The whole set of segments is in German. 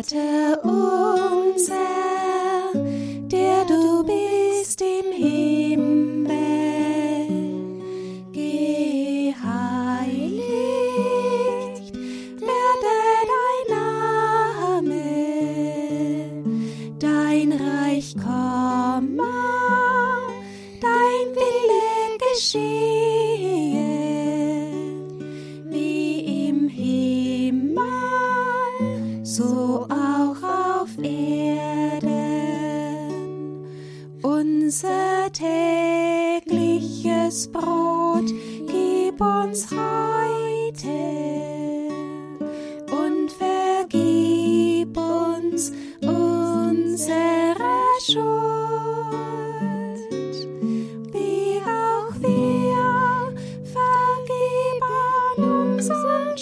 Vater unser, der du bist im Himmel, geheiligt werde dein Name, dein Reich komme, dein Wille geschehe, wie im Himmel, so auch auf Erden. Unser tägliches Brot gib uns heute und vergib uns unsere Schuld, wie auch wir vergeben unseren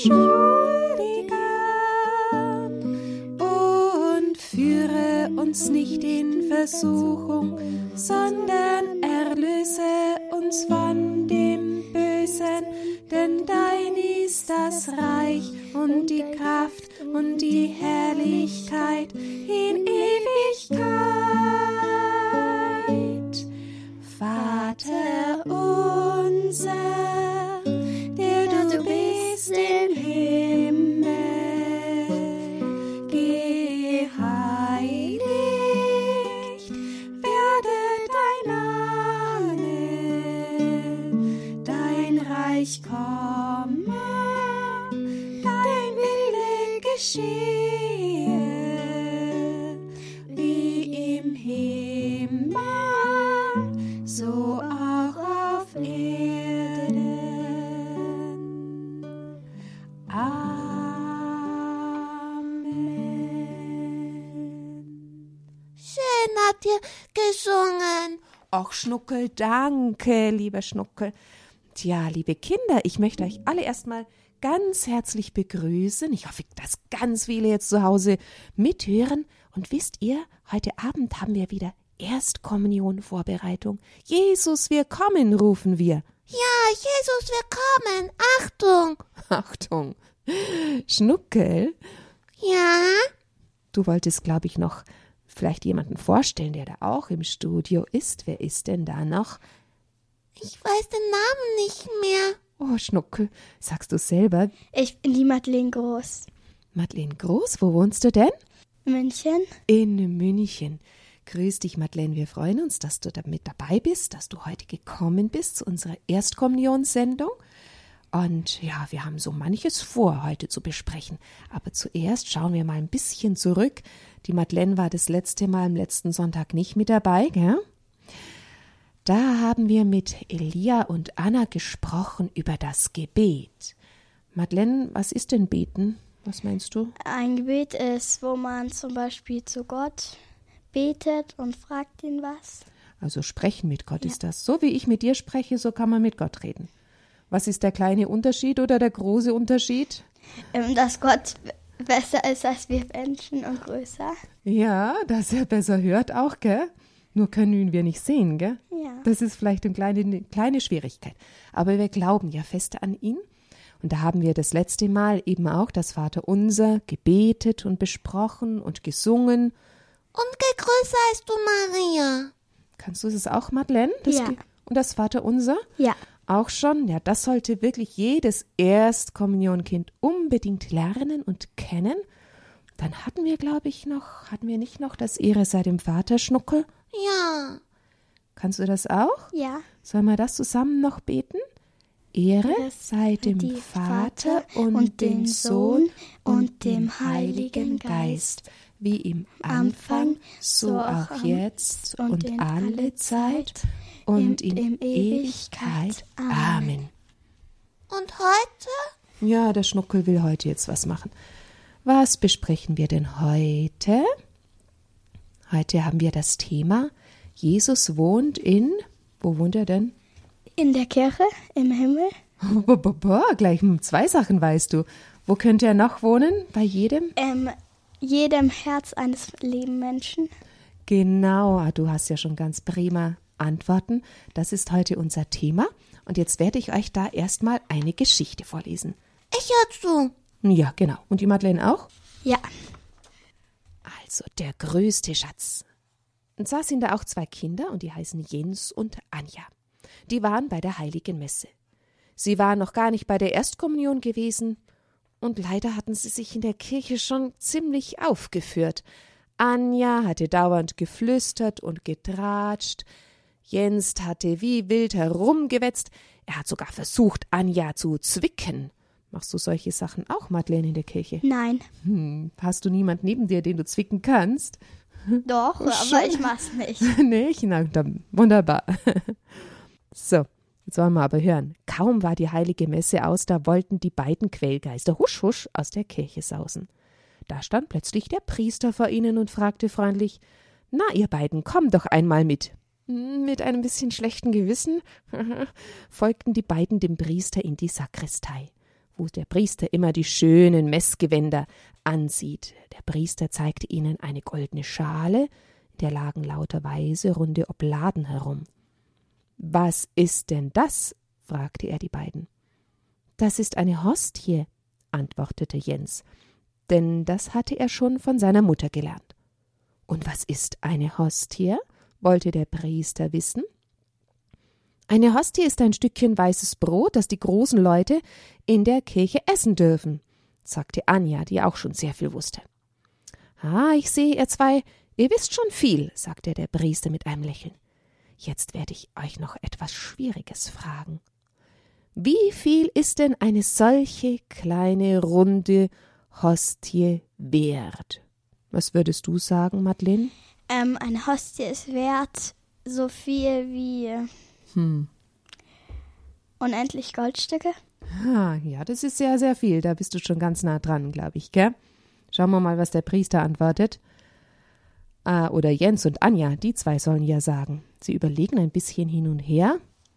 Schuldigen. Und führe uns nicht in Versuchung, sondern erlöse uns von dem Bösen, denn dein ist das Reich und die Kraft und die Herrlichkeit in Ewigkeit. Vater unser, der du bist im Himmel, geheiligt werde dein Name, dein Reich komme, dein Wille geschehe, wie im Himmel, so auch auf Erden. Amen. Schön habt ihr gesungen. Och, Schnuckel, danke, lieber Schnuckel. Tja, liebe Kinder, ich möchte euch alle erstmal ganz herzlich begrüßen. Ich hoffe, dass ganz viele jetzt zu Hause mithören. Und wisst ihr, heute Abend haben wir wieder Erstkommunion-Vorbereitung. Jesus, wir kommen, rufen wir. Ja, Jesus, wir kommen. Achtung. Achtung. Schnuckel, Ja, du wolltest, glaube ich, noch vielleicht jemanden vorstellen, der da auch im Studio ist. Wer ist denn da noch? ich weiß den Namen nicht mehr. Oh, Schnuckel, sagst du selber? Ich bin die Madeleine Groß. Madeleine Groß, wo wohnst du denn? München. In München. Grüß dich, Madeleine. Wir freuen uns, dass du da mit dabei bist, dass du heute gekommen bist zu unserer Erstkommunionssendung. Und ja, wir haben so manches vor, heute zu besprechen. Aber zuerst schauen wir mal ein bisschen zurück. Die Madeleine war das letzte Mal am letzten Sonntag nicht mit dabei, gell? Da haben wir mit Elia und Anna gesprochen über das Gebet. Madeleine, was ist denn Beten? Was meinst du? Ein Gebet ist, wo man zum Beispiel zu Gott betet und fragt ihn was. Also sprechen mit Gott ist das. So wie ich mit dir spreche, so kann man mit Gott reden. Was ist der kleine Unterschied oder der große Unterschied? Dass Gott besser ist als wir Menschen und größer. Ja, dass er besser hört auch, gell? Nur können ihn wir nicht sehen, gell? Ja. Das ist vielleicht eine kleine Schwierigkeit. Aber wir glauben ja fest an ihn. Und da haben wir das letzte Mal eben auch das Vaterunser gebetet und besprochen und gesungen. Und gegrüßt seist du, Maria. Kannst du das auch, Madeleine? Ja. Und das Vaterunser? Ja. Auch schon? Ja, das sollte wirklich jedes Erstkommunionkind unbedingt lernen und kennen. Dann hatten wir nicht noch das Ehre sei dem Vater, Schnuckel? Ja. Kannst du das auch? Ja. Sollen wir das zusammen noch beten? Ehre sei dem die Vater und dem Sohn und dem Heiligen Geist, wie im Anfang, so auch jetzt und in alle Zeit und in Ewigkeit. Amen. Und heute? Ja, der Schnuckel will heute jetzt was machen. Was besprechen wir denn heute? Heute haben wir das Thema, Jesus wohnt in, wo wohnt er denn? In der Kirche, im Himmel. Gleich 2 Sachen weißt du. Wo könnte er noch wohnen? Bei jedem? Jedem Herz eines lieben Menschen. Genau, du hast ja schon ganz prima Antworten. Das ist heute unser Thema. Und jetzt werde ich euch da erstmal eine Geschichte vorlesen. Ich hör zu. Ja, genau. Und die Madeleine auch? Ja. Also der größte Schatz. Und zwar sind da auch 2 Kinder und die heißen Jens und Anja. Die waren bei der Heiligen Messe. Sie waren noch gar nicht bei der Erstkommunion gewesen und leider hatten sie sich in der Kirche schon ziemlich aufgeführt. Anja hatte dauernd geflüstert und getratscht. Jens hatte wie wild herumgewetzt. Er hat sogar versucht, Anja zu zwicken. Machst du solche Sachen auch, Madeleine, in der Kirche? Nein. Hast du niemand neben dir, den du zwicken kannst? Doch, aber ich mach's nicht. Nicht? Na, dann, wunderbar. So, jetzt wollen wir aber hören. Kaum war die Heilige Messe aus, da wollten die beiden Quälgeister husch husch aus der Kirche sausen. Da stand plötzlich der Priester vor ihnen und fragte freundlich: »Na, ihr beiden, kommt doch einmal mit.« Mit einem bisschen schlechten Gewissen folgten die beiden dem Priester in die Sakristei, wo der Priester immer die schönen Messgewänder ansieht. Der Priester zeigte ihnen eine goldene Schale, in der lagen lauter weiße, runde Obladen herum. »Was ist denn das?« fragte er die beiden. »Das ist eine Hostie«, antwortete Jens, denn das hatte er schon von seiner Mutter gelernt. »Und was ist eine Hostie?« wollte der Priester wissen. »Eine Hostie ist ein Stückchen weißes Brot, das die großen Leute in der Kirche essen dürfen«, sagte Anja, die auch schon sehr viel wusste. »Ah, ich sehe, ihr zwei, ihr wisst schon viel«, sagte der Priester mit einem Lächeln. »Jetzt werde ich euch noch etwas Schwieriges fragen. Wie viel ist denn eine solche kleine, runde Hostie wert?« Was würdest du sagen, Madeleine? Eine Hostie ist wert so viel wie unendlich Goldstücke. Ja, das ist sehr, sehr viel. Da bist du schon ganz nah dran, glaube ich, gell? Schauen wir mal, was der Priester antwortet. Oder Jens und Anja, die 2 sollen ja sagen. Sie überlegen ein bisschen hin und her.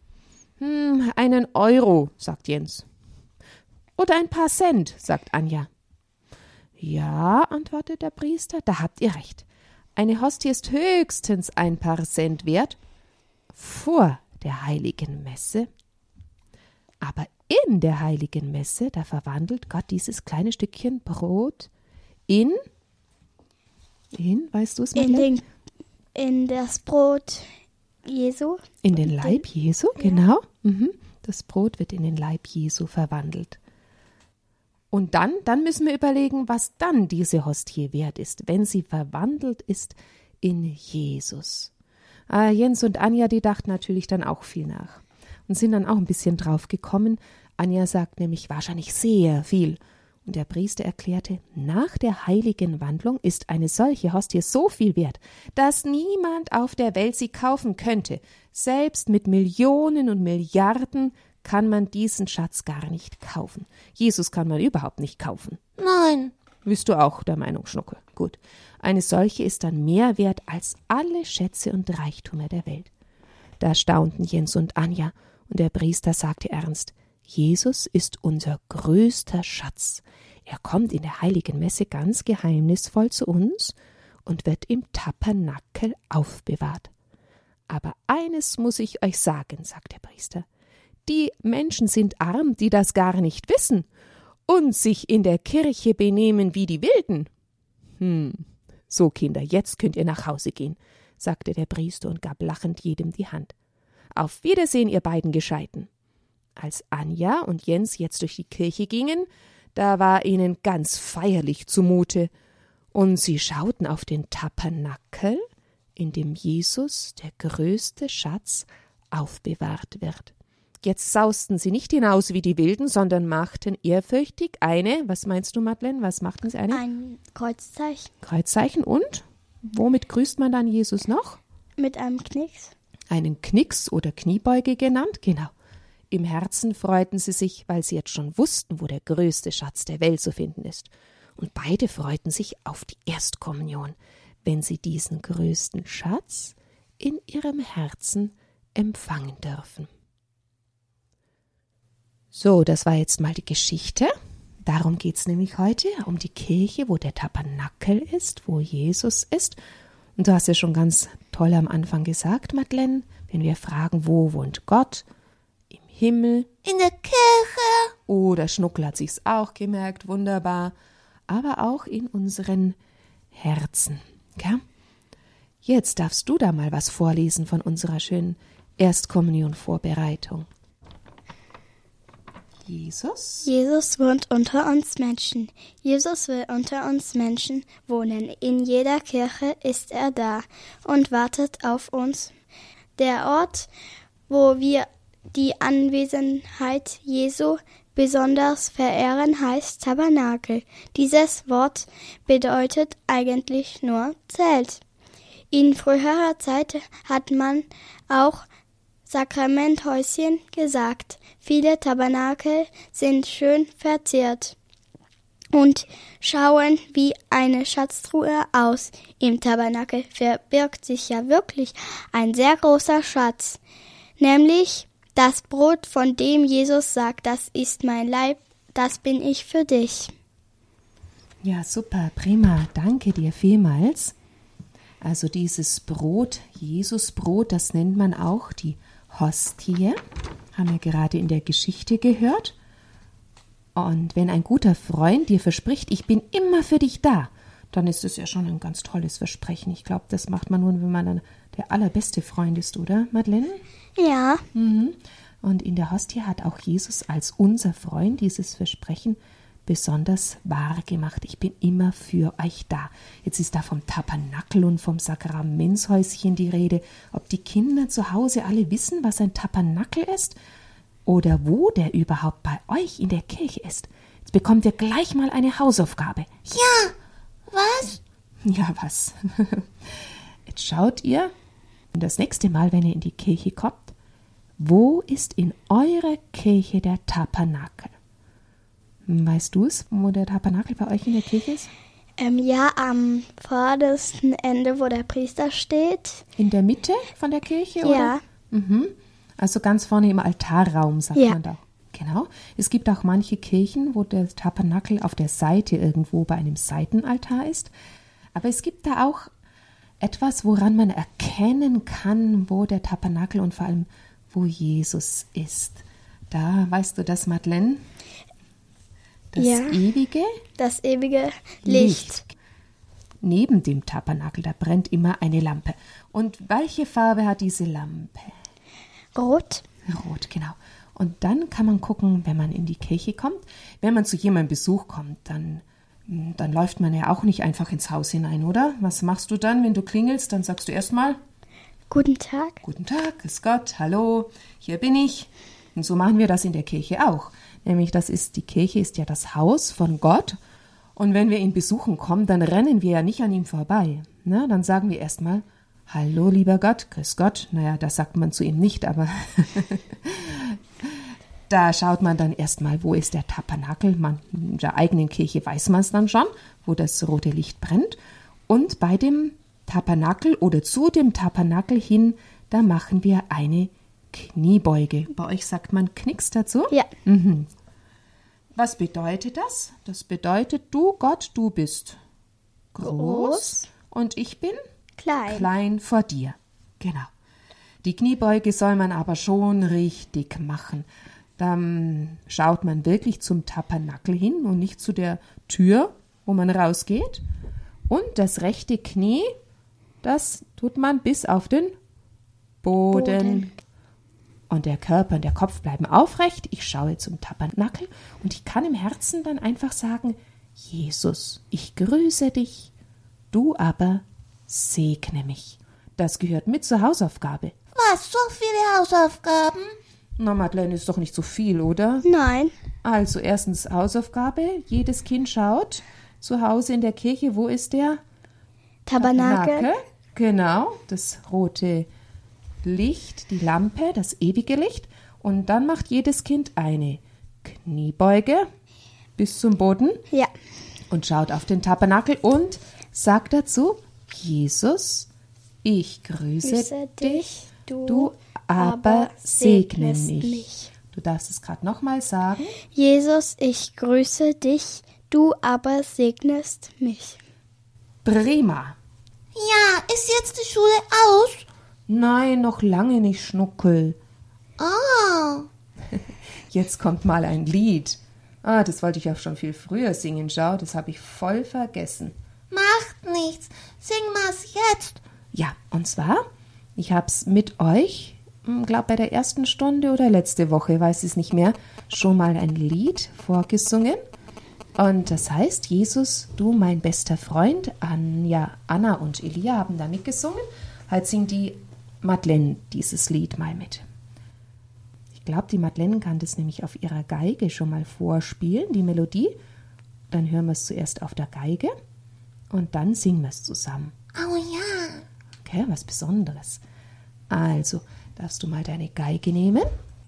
1 Euro, sagt Jens. Oder ein paar Cent, sagt Anja. Ja, antwortet der Priester, da habt ihr recht. Eine Hostie ist höchstens ein paar Cent wert vor der Heiligen Messe. Aber in der Heiligen Messe, da verwandelt Gott dieses kleine Stückchen Brot in, weißt du es, Madeleine? In das Brot Jesu. In den Leib Jesu, genau. Das Brot wird in den Leib Jesu verwandelt. Und dann müssen wir überlegen, was dann diese Hostie wert ist, wenn sie verwandelt ist in Jesus. Jens und Anja, die dachten natürlich dann auch viel nach und sind dann auch ein bisschen drauf gekommen. Anja sagt nämlich wahrscheinlich sehr viel. Und der Priester erklärte, nach der heiligen Wandlung ist eine solche Hostie so viel wert, dass niemand auf der Welt sie kaufen könnte. Selbst mit Millionen und Milliarden kann man diesen Schatz gar nicht kaufen. Jesus kann man überhaupt nicht kaufen. Nein. Bist du auch der Meinung, Schnuckel? Gut. Eine solche ist dann mehr wert als alle Schätze und Reichtümer der Welt. Da staunten Jens und Anja, und der Priester sagte ernst, Jesus ist unser größter Schatz. Er kommt in der heiligen Messe ganz geheimnisvoll zu uns und wird im Tabernakel aufbewahrt. Aber eines muss ich euch sagen, sagt der Priester. Die Menschen sind arm, die das gar nicht wissen und sich in der Kirche benehmen wie die Wilden. So, Kinder, jetzt könnt ihr nach Hause gehen, sagte der Priester und gab lachend jedem die Hand. Auf Wiedersehen, ihr beiden Gescheiten. Als Anja und Jens jetzt durch die Kirche gingen, da war ihnen ganz feierlich zumute, und sie schauten auf den Tabernakel, in dem Jesus, der größte Schatz, aufbewahrt wird. Jetzt sausten sie nicht hinaus wie die Wilden, sondern machten ehrfürchtig was meinst du, Madeleine, was machten sie Ein Kreuzzeichen. Kreuzzeichen und? Womit grüßt man dann Jesus noch? Mit einem Knicks. Einen Knicks oder Kniebeuge genannt, genau. Im Herzen freuten sie sich, weil sie jetzt schon wussten, wo der größte Schatz der Welt zu finden ist. Und beide freuten sich auf die Erstkommunion, wenn sie diesen größten Schatz in ihrem Herzen empfangen dürfen. So, das war jetzt mal die Geschichte. Darum geht's nämlich heute, um die Kirche, wo der Tabernakel ist, wo Jesus ist. Und du hast ja schon ganz toll am Anfang gesagt, Madeleine, wenn wir fragen, wo wohnt Gott? Im Himmel. In der Kirche. Oh, der Schnuckel hat sich's auch gemerkt, wunderbar. Aber auch in unseren Herzen. Gell? Jetzt darfst du da mal was vorlesen von unserer schönen Erstkommunion-Vorbereitung. Jesus wohnt unter uns Menschen. Jesus will unter uns Menschen wohnen. In jeder Kirche ist er da und wartet auf uns. Der Ort, wo wir die Anwesenheit Jesu besonders verehren, heißt Tabernakel. Dieses Wort bedeutet eigentlich nur Zelt. In früherer Zeit hat man auch Sakramenthäuschen gesagt. Viele Tabernakel sind schön verziert und schauen wie eine Schatztruhe aus. Im Tabernakel verbirgt sich ja wirklich ein sehr großer Schatz, nämlich das Brot, von dem Jesus sagt, das ist mein Leib, das bin ich für dich. Ja, super, prima. Danke dir vielmals. Also dieses Brot, Jesusbrot, das nennt man auch die Hostie, haben wir gerade in der Geschichte gehört. Und wenn ein guter Freund dir verspricht, ich bin immer für dich da, dann ist es ja schon ein ganz tolles Versprechen. Ich glaube, das macht man nur, wenn man dann der allerbeste Freund ist, oder, Madeleine? Ja. Und in der Hostie hat auch Jesus als unser Freund dieses Versprechen besonders wahr gemacht. Ich bin immer für euch da. Jetzt ist da vom Tabernakel und vom Sakramentshäuschen die Rede. Ob die Kinder zu Hause alle wissen, was ein Tabernakel ist? Oder wo der überhaupt bei euch in der Kirche ist? Jetzt bekommt ihr gleich mal eine Hausaufgabe. Ja, was? Ja, was? Jetzt schaut ihr das nächste Mal, wenn ihr in die Kirche kommt, wo ist in eurer Kirche der Tabernakel? Weißt du es, wo der Tabernakel bei euch in der Kirche ist? Ja, am vordersten Ende, wo der Priester steht. In der Mitte von der Kirche, Ja. oder? Also ganz vorne im Altarraum, sagt man da. Genau. Es gibt auch manche Kirchen, wo der Tabernakel auf der Seite irgendwo bei einem Seitenaltar ist. Aber es gibt da auch etwas, woran man erkennen kann, wo der Tabernakel und vor allem, wo Jesus ist. Da, weißt du das, Madeleine? Das ewige Licht. Neben dem Tabernakel, da brennt immer eine Lampe. Und welche Farbe hat diese Lampe? Rot. Rot, genau. Und dann kann man gucken, wenn man in die Kirche kommt, wenn man zu jemandem Besuch kommt, dann läuft man ja auch nicht einfach ins Haus hinein, oder? Was machst du dann, wenn du klingelst? Dann sagst du erstmal: Guten Tag. Guten Tag, grüß Gott, hallo, hier bin ich. Und so machen wir das in der Kirche auch. Nämlich, die Kirche ist ja das Haus von Gott. Und wenn wir ihn besuchen kommen, dann rennen wir ja nicht an ihm vorbei. Ne? Dann sagen wir erstmal: Hallo, lieber Gott, grüß Gott. Naja, das sagt man zu ihm nicht, aber da schaut man dann erstmal, wo ist der Tabernakel. In der eigenen Kirche weiß man es dann schon, wo das rote Licht brennt. Und bei dem Tabernakel oder zu dem Tabernakel hin, da machen wir eine Kniebeuge. Bei euch sagt man Knicks dazu? Ja. Was bedeutet das? Das bedeutet, du, Gott, du bist groß und ich bin klein vor dir. Genau. Die Kniebeuge soll man aber schon richtig machen. Dann schaut man wirklich zum Tabernakel hin und nicht zu der Tür, wo man rausgeht. Und das rechte Knie, das tut man bis auf den Boden. Und der Körper und der Kopf bleiben aufrecht. Ich schaue zum Tabernakel und ich kann im Herzen dann einfach sagen: Jesus, ich grüße dich, du aber segne mich. Das gehört mit zur Hausaufgabe. Was, so viele Hausaufgaben? Na, Madeleine, ist doch nicht so viel, oder? Nein. Also erstens Hausaufgabe. Jedes Kind schaut zu Hause in der Kirche. Wo ist der Tabernakel. Genau, das rote Licht, die Lampe, das ewige Licht. Und dann macht jedes Kind eine Kniebeuge bis zum Boden. Ja. Und schaut auf den Tabernakel und sagt dazu: Jesus, ich grüße dich, du aber segne mich. Du darfst es gerade nochmal sagen. Jesus, ich grüße dich, du aber segnest mich. Prima. Ja, ist jetzt die Schule aus? Nein, noch lange nicht, Schnuckel. Oh. Jetzt kommt mal ein Lied. Das wollte ich auch schon viel früher singen, schau, das habe ich voll vergessen. Macht nichts. Sing mal's jetzt. Ja, und zwar, ich habe es mit euch, glaube bei der ersten Stunde oder letzte Woche, weiß ich es nicht mehr, schon mal ein Lied vorgesungen. Und das heißt, Jesus, du mein bester Freund. Anna und Elia haben da mitgesungen. Halt singt die Madeleine dieses Lied mal mit. Ich glaube, die Madeleine kann das nämlich auf ihrer Geige schon mal vorspielen, die Melodie. Dann hören wir es zuerst auf der Geige und dann singen wir es zusammen. Oh ja. Okay, was Besonderes. Also, darfst du mal deine Geige nehmen?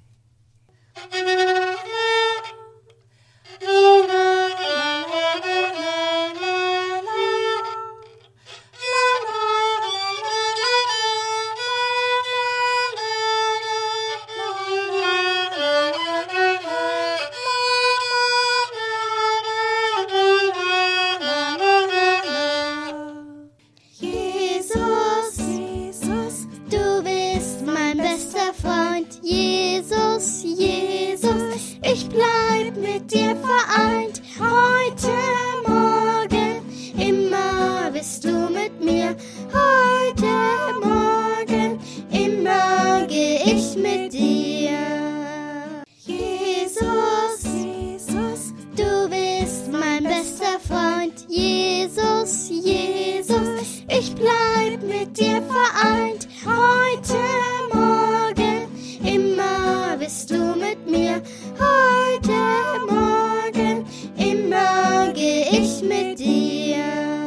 Ich bleib mit dir vereint, heute Morgen, immer bist du mit mir. Heute Morgen, immer geh ich mit dir. Jesus, Jesus, du bist mein bester Freund. Jesus, Jesus, ich bleib mit dir vereint, heute Morgen, immer bist du mit mir. Heute Morgen, immer geh ich mit dir.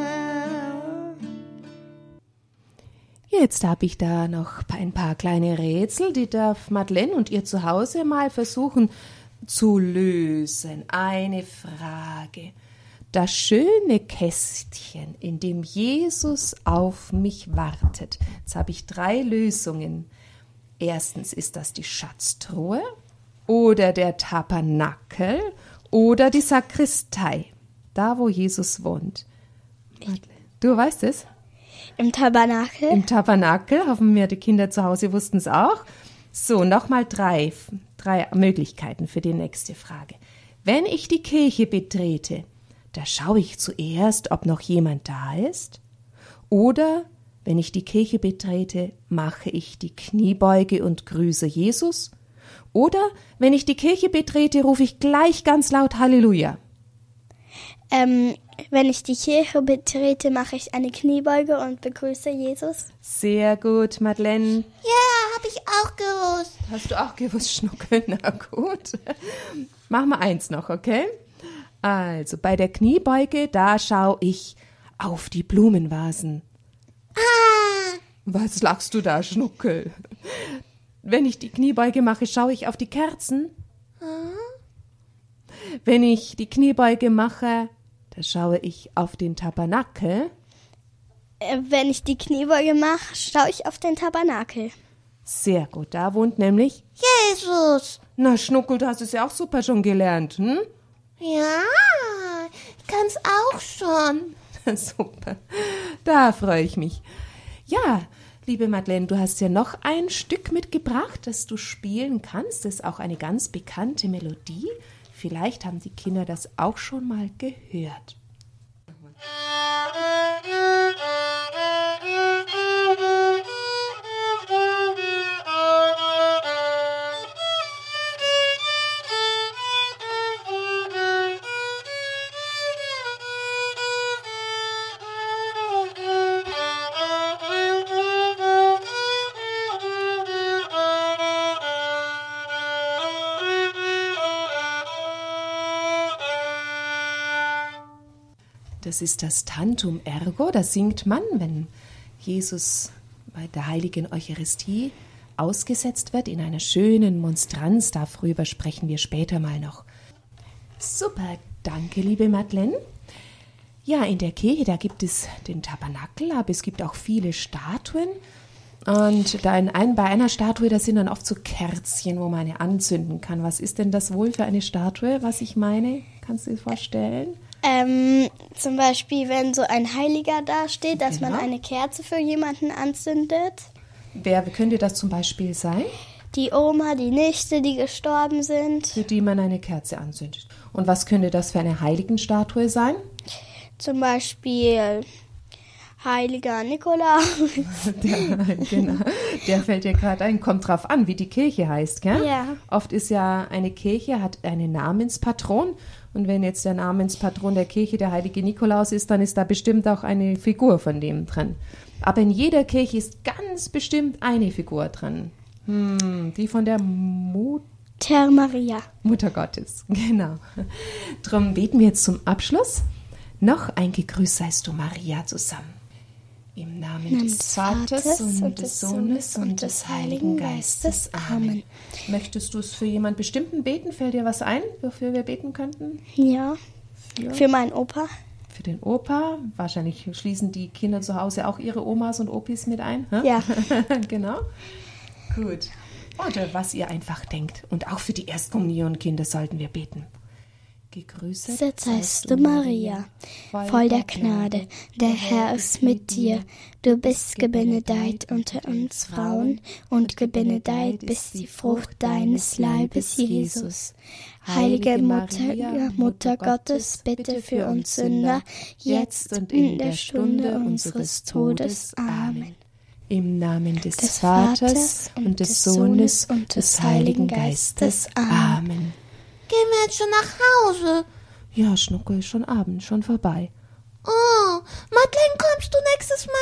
Jetzt habe ich da noch ein paar kleine Rätsel, die darf Madeleine und ihr zu Hause mal versuchen zu lösen. Eine Frage. Das schöne Kästchen, in dem Jesus auf mich wartet. Jetzt habe ich 3 Lösungen. Erstens, ist das die Schatztruhe oder der Tabernakel oder die Sakristei, da wo Jesus wohnt. Madeleine, du weißt es? Im Tabernakel. Im Tabernakel, hoffen wir, die Kinder zu Hause wussten es auch. So, nochmal 3 Möglichkeiten für die nächste Frage. Wenn ich die Kirche betrete, da schaue ich zuerst, ob noch jemand da ist. Oder, wenn ich die Kirche betrete, mache ich die Kniebeuge und grüße Jesus. Oder, wenn ich die Kirche betrete, rufe ich gleich ganz laut Halleluja. Wenn ich die Kirche betrete, mache ich eine Kniebeuge und begrüße Jesus. Sehr gut, Madeleine. Ja, habe ich auch gewusst. Hast du auch gewusst, Schnuckel? Na gut. Machen wir 1 noch, okay? Also, bei der Kniebeuge, da schaue ich auf die Blumenvasen. Was lachst du da, Schnuckel? Wenn ich die Kniebeuge mache, schaue ich auf die Kerzen. Wenn ich die Kniebeuge mache, da schaue ich auf den Tabernakel. Wenn ich die Kniebeuge mache, schaue ich auf den Tabernakel. Sehr gut, da wohnt nämlich Jesus. Na, Schnuckel, du hast es ja auch super schon gelernt, hm? Ja, ich kann's auch schon. Super, da freue ich mich. Ja, liebe Madeleine, du hast ja noch ein Stück mitgebracht, das du spielen kannst. Das ist auch eine ganz bekannte Melodie. Vielleicht haben die Kinder das auch schon mal gehört. Das ist das Tantum ergo, das singt man, wenn Jesus bei der heiligen Eucharistie ausgesetzt wird in einer schönen Monstranz. Darüber sprechen wir später mal noch. Super, danke, liebe Madeleine. Ja, in der Kirche, da gibt es den Tabernakel, aber es gibt auch viele Statuen. Und bei einer Statue, da sind dann oft so Kerzchen, wo man eine anzünden kann. Was ist denn das wohl für eine Statue, was ich meine? Kannst du dir vorstellen? Zum Beispiel, wenn so ein Heiliger dasteht, dass man eine Kerze für jemanden anzündet. Wer könnte das zum Beispiel sein? Die Oma, die Nichte, die gestorben sind. Für die man eine Kerze anzündet. Und was könnte das für eine Heiligenstatue sein? Zum Beispiel Heiliger Nikolaus. Genau, der fällt dir gerade ein. Kommt drauf an, wie die Kirche heißt, gell? Ja. Oft ist ja eine Kirche, hat einen Namenspatron. Und wenn jetzt der Namenspatron der Kirche der heilige Nikolaus ist, dann ist da bestimmt auch eine Figur von dem drin. Aber in jeder Kirche ist ganz bestimmt eine Figur drin. Die von der Mutter Maria. Mutter Gottes, genau. Drum beten wir jetzt zum Abschluss noch ein Gegrüßt seist du, Maria, zusammen. Im Namen des Vaters und des Sohnes und des Heiligen Geistes. Amen. Möchtest du es für jemand Bestimmten beten? Fällt dir was ein, wofür wir beten könnten? Ja, für meinen Opa. Für den Opa. Wahrscheinlich schließen die Kinder zu Hause auch ihre Omas und Opis mit ein. Hä? Ja. Genau. Gut. Oder was ihr einfach denkt. Und auch für die Erstkommunionkinder sollten wir beten. Gegrüßet seist du, Maria, voll der Gnade, der Herr ist mit dir. Du bist gebenedeit unter uns Frauen und gebenedeit ist die Frucht deines Leibes, Jesus. Heilige Mutter Gottes, bitte für uns Sünder, jetzt und in der Stunde unseres Todes. Amen. Im Namen des Vaters und des Sohnes und des Heiligen Geistes. Amen. Gehen wir jetzt schon nach Hause? Ja, Schnuckel, schon Abend, schon vorbei. Oh, Madeleine, kommst du nächstes Mal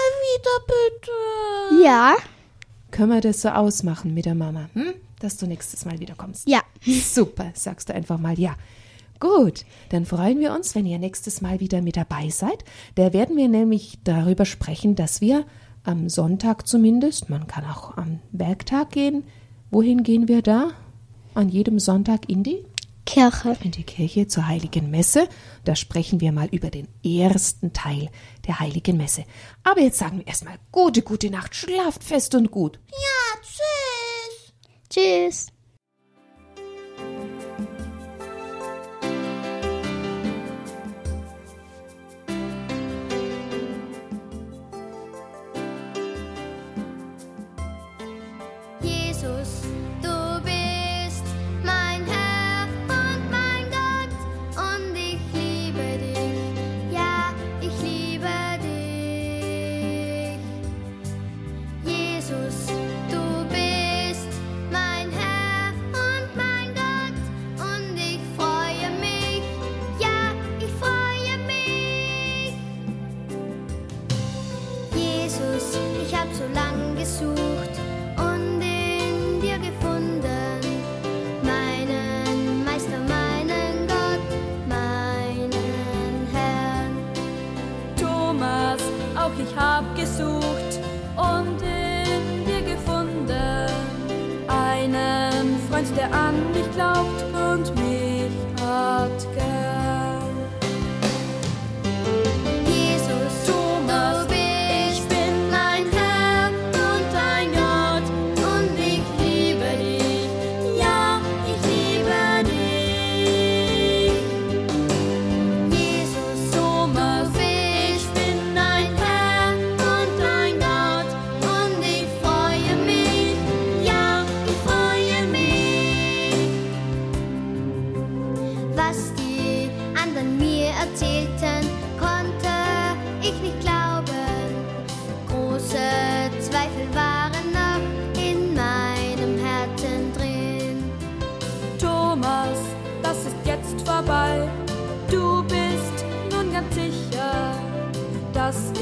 wieder, bitte? Ja. Können wir das so ausmachen mit der Mama, dass du nächstes Mal wieder kommst? Ja. Super, sagst du einfach mal ja. Gut, dann freuen wir uns, wenn ihr nächstes Mal wieder mit dabei seid. Da werden wir nämlich darüber sprechen, dass wir am Sonntag zumindest, man kann auch am Werktag gehen. Wohin gehen wir da? An jedem Sonntag in die Kirche zur Heiligen Messe. Da sprechen wir mal über den ersten Teil der Heiligen Messe. Aber jetzt sagen wir erstmal gute Nacht, schlaft fest und gut. Ja, tschüss. Tschüss. Jesus, du bist mein Herr und mein Gott und ich liebe dich, ja, ich liebe dich. Jesus, du bist mein Herr und mein Gott und ich freue mich, ja, ich freue mich. Jesus, ich hab so lang gesucht und in dir gefunden, meinen Meister, meinen Gott, meinen Herrn. Thomas, auch ich hab gesucht und in dir gefunden, einen Freund, der an mich glaubt und mich hat gern. Jesus, Thomas, du bist ich bin mein Herr und dein Gott und ich liebe dich, ja, ich liebe dich. Jesus, Thomas, du bist mein Herr und dein Gott und ich freue mich, ja, ich freue mich. Was die anderen mir erzählten, konnte ich nicht glauben. Große Zweifel waren noch in meinem Herzen drin. Thomas, das ist jetzt vorbei. Du bist nun ganz sicher, dass